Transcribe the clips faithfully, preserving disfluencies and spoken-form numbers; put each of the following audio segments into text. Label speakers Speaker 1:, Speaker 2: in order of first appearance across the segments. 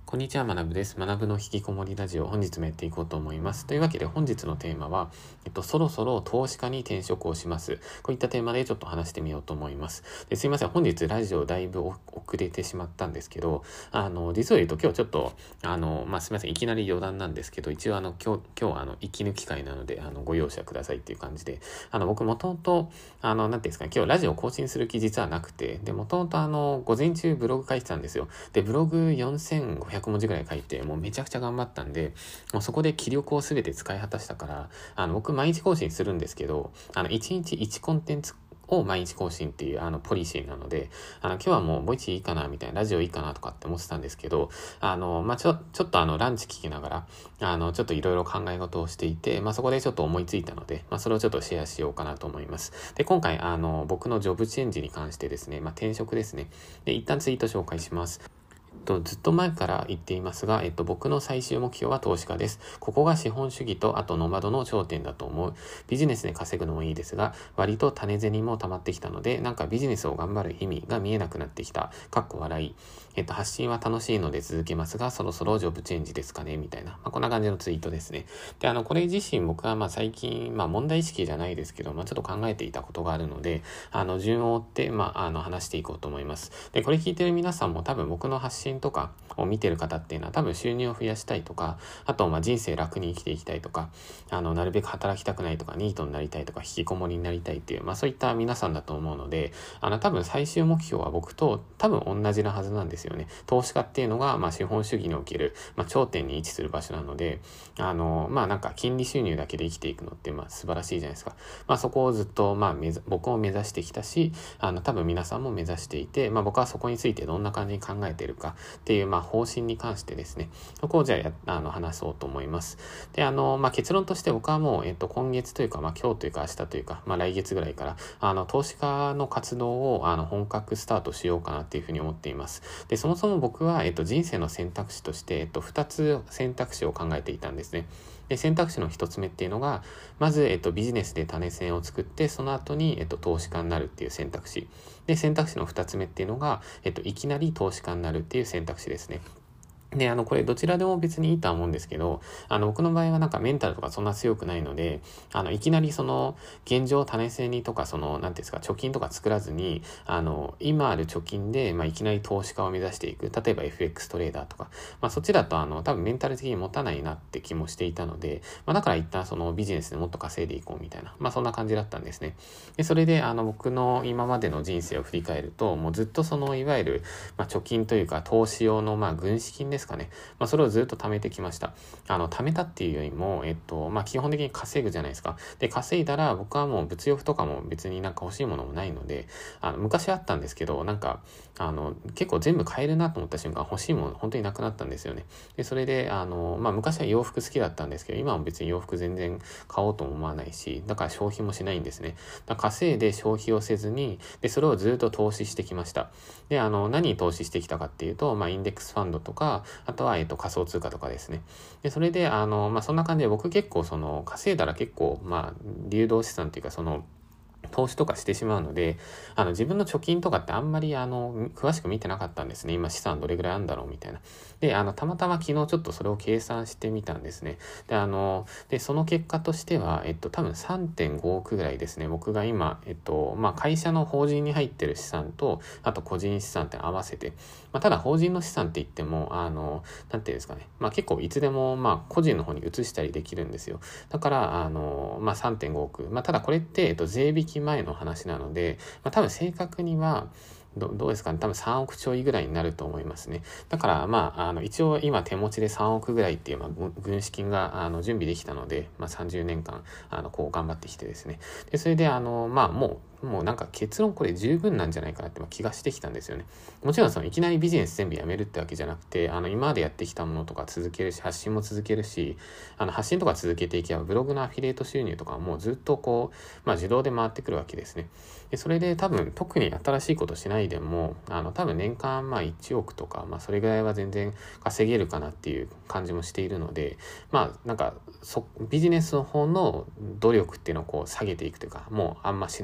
Speaker 1: こんにちは、学部です。学部の引きこもりラジオ、本日もやっていこうと思います。というわけで本日のテーマは、えっと、そろそろ投資家に転職をします。こういったテーマでちょっと話してみようと思います。ですいません、本日ラジオだいぶ遅れてしまったんですけど、あの、実を言うと今日ちょっと、あの、まあ、すみません、いきなり余談なんですけど、一応あの、今日、今日はあの、息抜き会なので、あの、ご容赦くださいっていう感じで、あの、僕もともと、あの、なんていうんですかね、今日ラジオ更新する気実はなくて、で、もともとあの、午前中ブログ書いてたんですよ。で、ブログよんせんごひゃくもじぐらい書いて、もうめちゃくちゃ頑張ったんで、もうそこで気力をすべて使い果たしたから、あの、僕毎日更新するんですけど、あの、いちにちいちコンテンツを毎日更新っていうあのポリシーなので、あの今日はもうぼいちいいかなみたいな、ラジオいいかなとかって思ってたんですけど、あのまあちょちょっとあのランチ聞きながらあのちょっといろいろ考え事をしていて、まあそこでちょっと思いついたので、まあそれをちょっとシェアしようかなと思います。で今回あの僕のジョブチェンジに関してですね、まあ転職ですね。で一旦ツイート紹介します。とずっと前から言っていますが、えっと、僕の最終目標は投資家です。ここが資本主義とあとノマドの頂点だと思う。ビジネスで稼ぐのもいいですが、割と種銭も溜まってきたので、なんかビジネスを頑張る意味が見えなくなってきた。かっこ笑い。えっと、発信は楽しいので続けますが、そろそろジョブチェンジですかねみたいな。まあ、こんな感じのツイートですね。で、あの、これ自身僕はまあ最近、まあ問題意識じゃないですけど、まあちょっと考えていたことがあるので、あの、順を追って、まあ、あの、話していこうと思います。で、これ聞いてる皆さんも多分僕の発信とかを見てる方っていうのは多分収入を増やしたいとか、あとまあ人生楽に生きていきたいとか、あの、なるべく働きたくないとか、ニートになりたいとか、引きこもりになりたいっていう、まあそういった皆さんだと思うので、あの、多分最終目標は僕と多分同じなはずなんですよね。投資家っていうのが、まあ資本主義における、まあ頂点に位置する場所なので、あの、まあなんか金利収入だけで生きていくのって、まあ素晴らしいじゃないですか。まあそこをずっと、まあ目僕も目指してきたし、あの、多分皆さんも目指していて、まあ僕はそこについてどんな感じに考えているかっていう、まあ方針に関してですね、そこをじゃあやあの話そうと思います。で、あの、まあ、結論として僕はもう、えっと、今月というか、まあ、今日というか明日というか、まあ、来月ぐらいから、あの、投資家の活動を、あの、本格スタートしようかなっていうふうに思っています。で、そもそも僕は、えっと、人生の選択肢として、えっと、二つ選択肢を考えていたんですね。で、選択肢の一つ目っていうのが、まず、えっと、ビジネスで種銭を作って、その後に、えっと、投資家になるっていう選択肢。で、選択肢の二つ目っていうのが、えっと、いきなり投資家になるっていう選択肢ですね。で、あの、これどちらでも別にいいとは思うんですけど、あの、僕の場合はなんかメンタルとかそんな強くないので、あの、いきなりその、現状種銭にとか、その、なんていうんですか、貯金とか作らずに、あの、今ある貯金で、まあ、いきなり投資家を目指していく。例えば エフエックス トレーダーとか、まあ、そっちだと、あの、多分メンタル的に持たないなって気もしていたので、まあ、だから一旦そのビジネスでもっと稼いでいこうみたいな、まあ、そんな感じだったんですね。で、それで、あの、僕の今までの人生を振り返ると、もうずっとその、いわゆる、まあ、貯金というか、投資用の、まあ、軍資金ですかね。まあ、それをずっと貯めてきました。あの、貯めたっていうよりも、えっと、まあ、基本的に稼ぐじゃないですか。で、稼いだら、僕はもう物欲とかも別になんか欲しいものもないので、あの、昔あったんですけど、なんか、あの、結構全部買えるなと思った瞬間、欲しいもの本当になくなったんですよね。で、それで、あの、まあ、昔は洋服好きだったんですけど、今は別に洋服全然買おうとも思わないし、だから消費もしないんですね。だから稼いで消費をせずに、で、それをずっと投資してきました。で、あの、何に投資してきたかっていうと、まあ、インデックスファンドとか、あとは、えっと、仮想通貨とかですね。で、それで、あの、まあ、そんな感じで僕結構その、稼いだら結構、まあ、流動資産っていうかその、投資とかしてしまうので、あの自分の貯金とかってあんまりあの詳しく見てなかったんですね。今資産どれぐらいあるんだろうみたいな。で、あのたまたま昨日ちょっとそれを計算してみたんですね。で、あの、で、その結果としては、えっと多分さんてんごおくぐらいですね。僕が今、えっと、まあ会社の法人に入ってる資産と、あと個人資産って合わせて、まあただ法人の資産って言っても、あの、なんていうんですかね。まあ結構いつでもまあ個人の方に移したりできるんですよ。だから、あの、まあさんてんごおく。まあただこれって、えっと税引き前の話なので、まあ、多分正確にはどどうですかね、多分さんおくちょいぐらいになると思いますね。だからまああの一応今手持ちでさんおくぐらいっていう、まあ、軍資金があの準備できたので、まあ、さんじゅうねんかんあのこう頑張ってきてですね。でそれであのまあもうもうなんか結論これ十分なんじゃないかなって気がしてきたんですよね。もちろんそのいきなりビジネス全部やめるってわけじゃなくて、あの今までやってきたものとか続けるし、発信も続けるし、あの発信とか続けていけばブログのアフィリエイト収入とかもうずっとこう、まあ、自動で回ってくるわけですね。でそれで多分特に新しいことしないでも、あの多分年間まあいちおくとか、まあそれぐらいは全然稼げるかなっていう感じもしているので、まあなんかそビジネスの方の努力っていうのをこう下げていくというか、もうあんましないみたいな。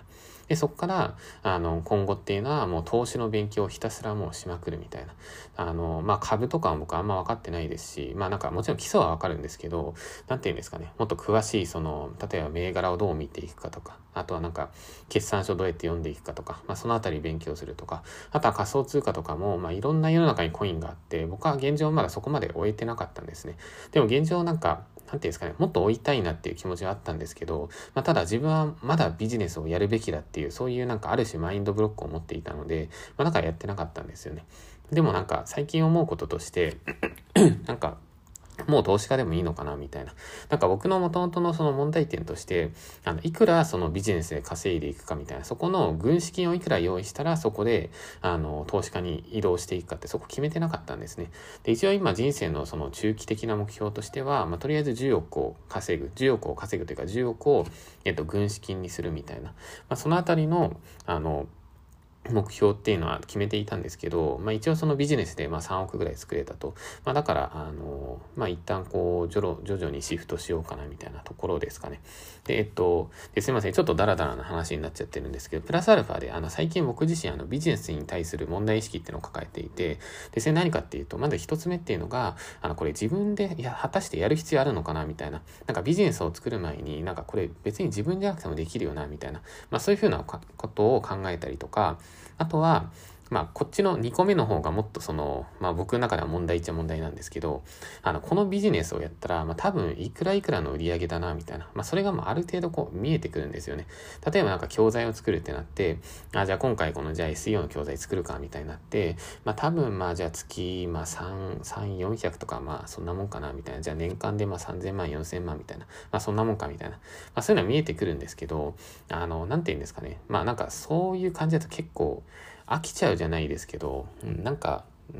Speaker 1: で、そこから、あの、今後っていうのはもう投資の勉強をひたすらもうしまくるみたいな。あの、まあ、株とかは僕あんま分かってないですし、まあ、なんかもちろん基礎は分かるんですけど、なんていうんですかね、もっと詳しい、その、例えば銘柄をどう見ていくかとか、あとはなんか、決算書どうやって読んでいくかとか、まあ、そのあたり勉強するとか、あとは仮想通貨とかも、まあ、いろんな世の中にコインがあって、僕は現状まだそこまで終えてなかったんですね。でも現状なんか、なんていうんですかね、もっと追いたいなっていう気持ちはあったんですけど、まあ、ただ自分はまだビジネスをやるべきだっていう、そういうなんかある種マインドブロックを持っていたので、まあ、だからやってなかったんですよね。でもなんか最近思うこととしてなんかもう投資家でもいいのかなみたいな。なんか僕の元々のその問題点として、あの、いくらそのビジネスで稼いでいくかみたいな、そこの軍資金をいくら用意したら、そこで、あの、投資家に移動していくかって、そこ決めてなかったんですね。で、一応今人生のその中期的な目標としては、まあ、とりあえずじゅうおくを稼ぐ、じゅうおくを稼ぐというか、じゅうおくを、えっと、軍資金にするみたいな。まあ、そのあたりの、あの、目標っていうのは決めていたんですけど、まあ一応そのビジネスでまあさんおくぐらい作れたと。まあだから、あの、まあ一旦こう、徐々徐々にシフトしようかなみたいなところですかね。で、えっと、ですいません。ちょっとダラダラな話になっちゃってるんですけど、プラスアルファで、あの、最近僕自身、あの、ビジネスに対する問題意識っていうのを抱えていて、で、それ何かっていうと、まず一つ目っていうのが、あの、これ自分で、いや、果たしてやる必要あるのかなみたいな。なんかビジネスを作る前に、なんかこれ別に自分じゃなくてもできるよなみたいな。まあそういうふうなことを考えたりとか、あとは、まあ、こっちのにこめの方がもっとその、まあ僕の中では問題っちゃ問題なんですけど、あの、このビジネスをやったら、まあ多分いくらいくらの売り上げだな、みたいな。まあそれがまあある程度こう見えてくるんですよね。例えばなんか教材を作るってなって、あ、じゃあ今回このじゃあ エスイーオー の教材作るか、みたいになって、まあ多分まあじゃあ月、まあさん、さん、よんひゃくとかまあそんなもんかな、みたいな。じゃあ年間でまあさんぜんまん、よんせんまんみたいな。まあそんなもんか、みたいな。まあそういうのは見えてくるんですけど、あの、なんて言うんですかね。まあなんかそういう感じだと結構、飽きちゃうじゃないですけど、うん、なんか、うん、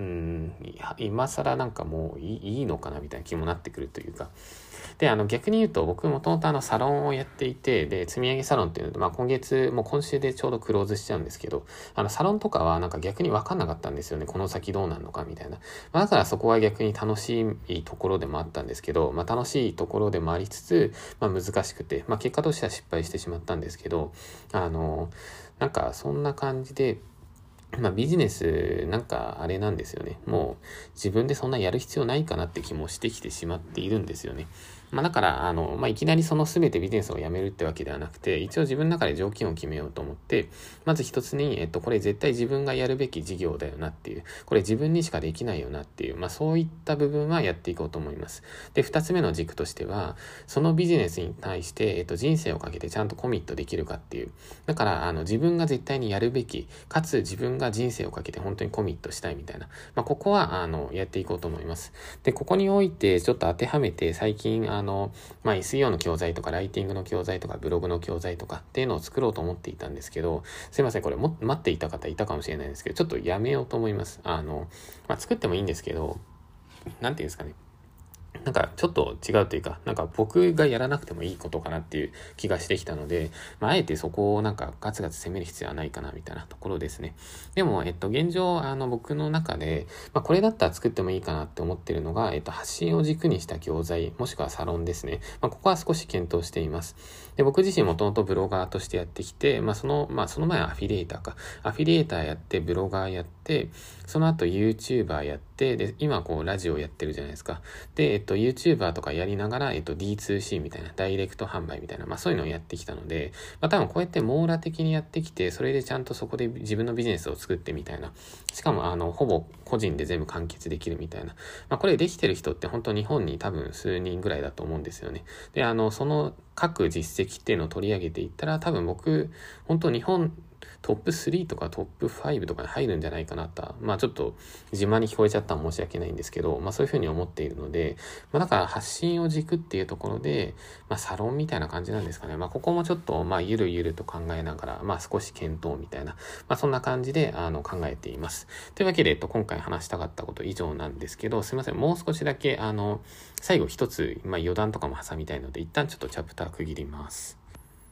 Speaker 1: 今更なんかもういい、いいのかなみたいな気もなってくるというか。で、あの逆に言うと僕もともとあのサロンをやっていて、で、積み上げサロンっていうのと、まあ今月、もう今週でちょうどクローズしちゃうんですけど、あのサロンとかはなんか逆に分かんなかったんですよね。この先どうなるのかみたいな。まあ、だからそこは逆に楽しいところでもあったんですけど、まあ楽しいところでもありつつ、まあ難しくて、まあ結果としては失敗してしまったんですけど、あの、なんかそんな感じで、まあビジネスなんかあれなんですよね。もう自分でそんなやる必要ないかなって気もしてきてしまっているんですよね。まあだから、あの、まあいきなりその全てビジネスをやめるってわけではなくて、一応自分の中で条件を決めようと思って、まず一つに、えっと、これ絶対自分がやるべき事業だよなっていう、これ自分にしかできないよなっていう、まあそういった部分はやっていこうと思います。で、二つ目の軸としては、そのビジネスに対して、えっと、人生をかけてちゃんとコミットできるかっていう。だから、あの、自分が絶対にやるべき、かつ自分が人生をかけて本当にコミットしたいみたいな。まあここは、あの、やっていこうと思います。で、ここにおいてちょっと当てはめて、最近、あの、まあ エスイーオー の教材とか、ライティングの教材とか、ブログの教材とかっていうのを作ろうと思っていたんですけど、すいません、これも待っていた方いたかもしれないですけど、ちょっとやめようと思います。あの、まあ作ってもいいんですけど、なんていうんですかね。なんかちょっと違うというか、なんか僕がやらなくてもいいことかなっていう気がしてきたので、まあ、あえてそこをなんかガツガツ攻める必要はないかなみたいなところですね。でも、えっと、現状、あの、僕の中で、まあ、これだったら作ってもいいかなって思ってるのが、えっと、発信を軸にした教材、もしくはサロンですね。まあ、ここは少し検討しています。で、僕自身もともとブロガーとしてやってきて、まあ、その、まあ、その前はアフィリエイターか。アフィリエイターやって、ブロガーやって、その後 YouTuber やって、で、今こう、ラジオやってるじゃないですか。で、えっと、YouTuber とかやりながら、えっと、ディーツーシー みたいな、ダイレクト販売みたいな、まあそういうのをやってきたので、まあ多分こうやって網羅的にやってきて、それでちゃんとそこで自分のビジネスを作ってみたいな。しかも、あの、ほぼ個人で全部完結できるみたいな。まあこれできてる人って本当日本に多分数人ぐらいだと思うんですよね。で、あの、その各実績っていうのを取り上げていったら、多分僕、本当日本、トップスリーとかトップファイブとかに入るんじゃないかなと。まあちょっと自慢に聞こえちゃったら申し訳ないんですけど、まあそういうふうに思っているので、まあだから発信を軸っていうところで、まあサロンみたいな感じなんですかね。まあここもちょっとまあゆるゆると考えながら、まあ少し検討みたいな、まあそんな感じであの考えています。というわけで、えっと、今回話したかったこと以上なんですけど、すいません。もう少しだけあの、最後一つ、まあ余談とかも挟みたいので、一旦ちょっとチャプター区切ります。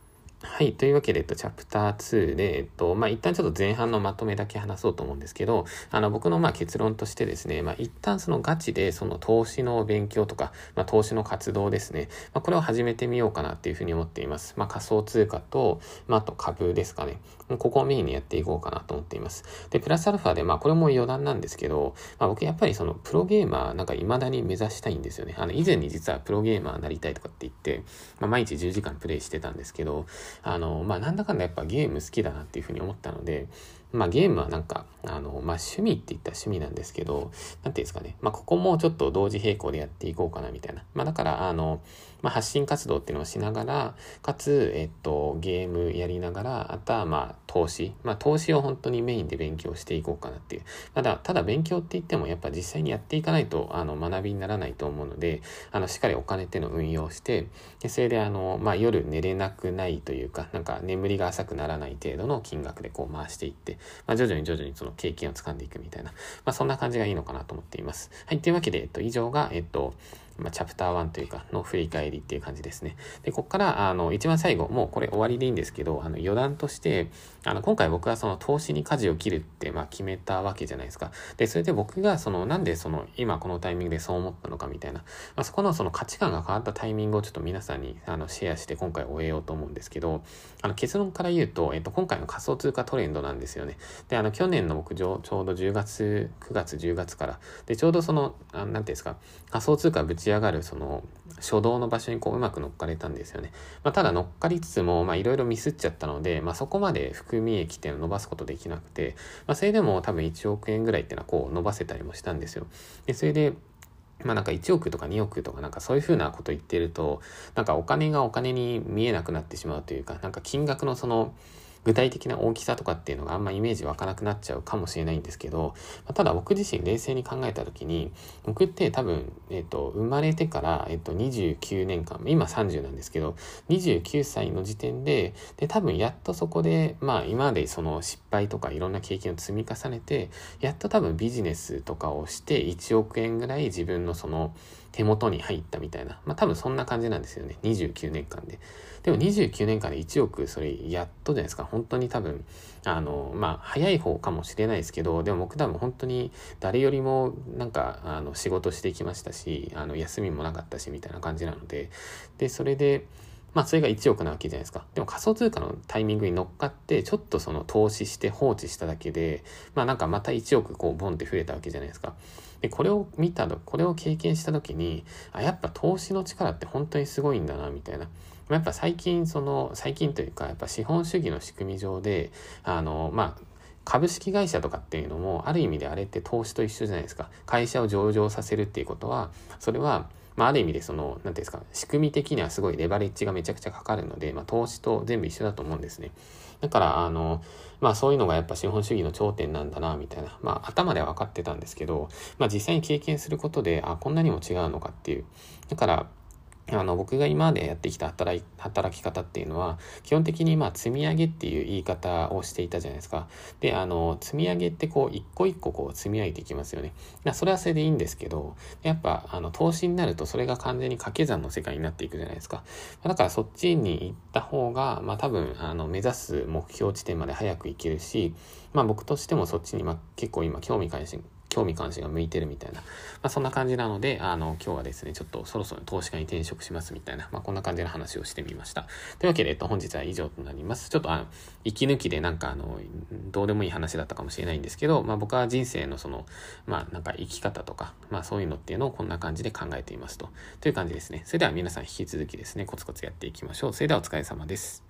Speaker 1: はい。というわけで、えっと、チャプターツーで、えっと、まあ、一旦ちょっと前半のまとめだけ話そうと思うんですけど、あの、僕のまあ結論としてですね、まあ、一旦そのガチでその投資の勉強とか、まあ、投資の活動ですね、まあ、これを始めてみようかなっていうふうに思っています。まあ、仮想通貨と、まあ、あと株ですかね。ここをメインにやっていこうかなと思っています。で、プラスアルファで、まあ、これも余談なんですけど、まあ、僕やっぱりそのプロゲーマーなんか未だに目指したいんですよね。あの、以前に実はプロゲーマーになりたいとかって言って、まあ、毎日じゅうじかんプレイしてたんですけど、あの、まあ、なんだかんだやっぱゲーム好きだなっていうふうに思ったので、まあ、ゲームはなんか、あの、まあ、趣味って言ったら趣味なんですけど、なんていうんですかね。まあ、ここもちょっと同時並行でやっていこうかなみたいな。まあ、だから、あの、まあ、発信活動っていうのをしながら、かつ、えっと、ゲームやりながら、あとは、まあ、投資。まあ、投資を本当にメインで勉強していこうかなっていう。まだ、ただ勉強って言っても、やっぱ実際にやっていかないと、あの、学びにならないと思うので、あの、しっかりお金っていうのを運用して、で、それで、あの、まあ、夜寝れなくないというか、なんか眠りが浅くならない程度の金額でこう回していって、まあ、徐々に徐々にその経験をつかんでいくみたいな、まあ、そんな感じがいいのかなと思っています。はい。というわけで、えっと、以上が、えっと、まあ、チャプターワンというかの振り返りっていう感じですね。で、ここからあの一番最後、もうこれ終わりでいいんですけど、あの余談としてあの今回僕はその投資に舵を切るってまあ決めたわけじゃないですか。で、それで僕がそのなんでその今このタイミングでそう思ったのかみたいな、まあ、そこのその価値観が変わったタイミングをちょっと皆さんにあのシェアして今回終えようと思うんですけど、あの結論から言うと、えっと、今回の仮想通貨トレンドなんですよね。で、あの去年の僕ちょうどじゅうがつ、くがつ、じゅうがつからでちょうどそのあなんていうんですか、仮想通貨ぶち上がるその初動の場所にこううまく乗っかれたんですよね。まあ、ただ乗っかりつつもまあいろいろミスっちゃったので、まあ、そこまで含み益っていうのを伸ばすことできなくて、まあ、それでも多分いちおくえんぐらいっていうのはこう伸ばせたりもしたんですよ。で、それでまあなんかいちおくとかにおくとかなんかそういう風なこと言ってると、なんかお金がお金に見えなくなってしまうというか、なんか金額のその具体的な大きさとかっていうのがあんまイメージ湧かなくなっちゃうかもしれないんですけど、ただ僕自身冷静に考えた時に、僕って多分、えっと、生まれてから、えっと、にじゅうきゅうねんかん、今さんじゅうなんですけど、にじゅうきゅうさいの時点で、で、多分やっとそこで、まあ今までその失敗とかいろんな経験を積み重ねて、やっと多分ビジネスとかをしていちおくえんぐらい自分のその手元に入ったみたいな、まあ多分そんな感じなんですよね。にじゅうきゅうねんかんで。でもにじゅうきゅうねんかんでいちおく、それやっとじゃないですか。本当に多分、あの、まあ、早い方かもしれないですけど、でも僕多分本当に誰よりもなんか、あの、仕事してきましたし、あの、休みもなかったし、みたいな感じなので、で、それで、まあ、それがいちおくなわけじゃないですか。でも仮想通貨のタイミングに乗っかって、ちょっとその投資して放置しただけで、まあなんかまたいちおくこうボンって増えたわけじゃないですか。で、これを見たと、これを経験した時に、あ、やっぱ投資の力って本当にすごいんだな、みたいな。やっぱ最近その、最近というか、やっぱ資本主義の仕組み上で、あの、まあ、株式会社とかっていうのも、ある意味であれって投資と一緒じゃないですか。会社を上場させるっていうことは、それは、まあ、ある意味でその、なんていうんですか、仕組み的にはすごいレバレッジがめちゃくちゃかかるので、まあ、投資と全部一緒だと思うんですね。だから、あの、まあ、そういうのがやっぱ資本主義の頂点なんだな、みたいな。まあ、頭では分かってたんですけど、まあ、実際に経験することで、あ、こんなにも違うのかっていう。だから、あの、僕が今までやってきた働き、働き方っていうのは、基本的にまあ、積み上げっていう言い方をしていたじゃないですか。で、あの、積み上げってこう、一個一個こう、積み上げていきますよね。それはそれでいいんですけど、やっぱ、あの、投資になるとそれが完全に掛け算の世界になっていくじゃないですか。だからそっちに行った方が、まあ多分、あの、目指す目標地点まで早く行けるし、まあ僕としてもそっちに、まあ結構今興味関心、興味関心が向いてるみたいな、まあ、そんな感じなので、あの、今日はですね、ちょっとそろそろ投資家に転職しますみたいな、まあ、こんな感じの話をしてみました。というわけで、えっと、本日は以上となります。ちょっと、あの、息抜きでなんか、あの、どうでもいい話だったかもしれないんですけど、まあ、僕は人生のその、まあ、なんか生き方とか、まあ、そういうのっていうのをこんな感じで考えていますと。という感じですね。それでは皆さん引き続きですね、コツコツやっていきましょう。それではお疲れ様です。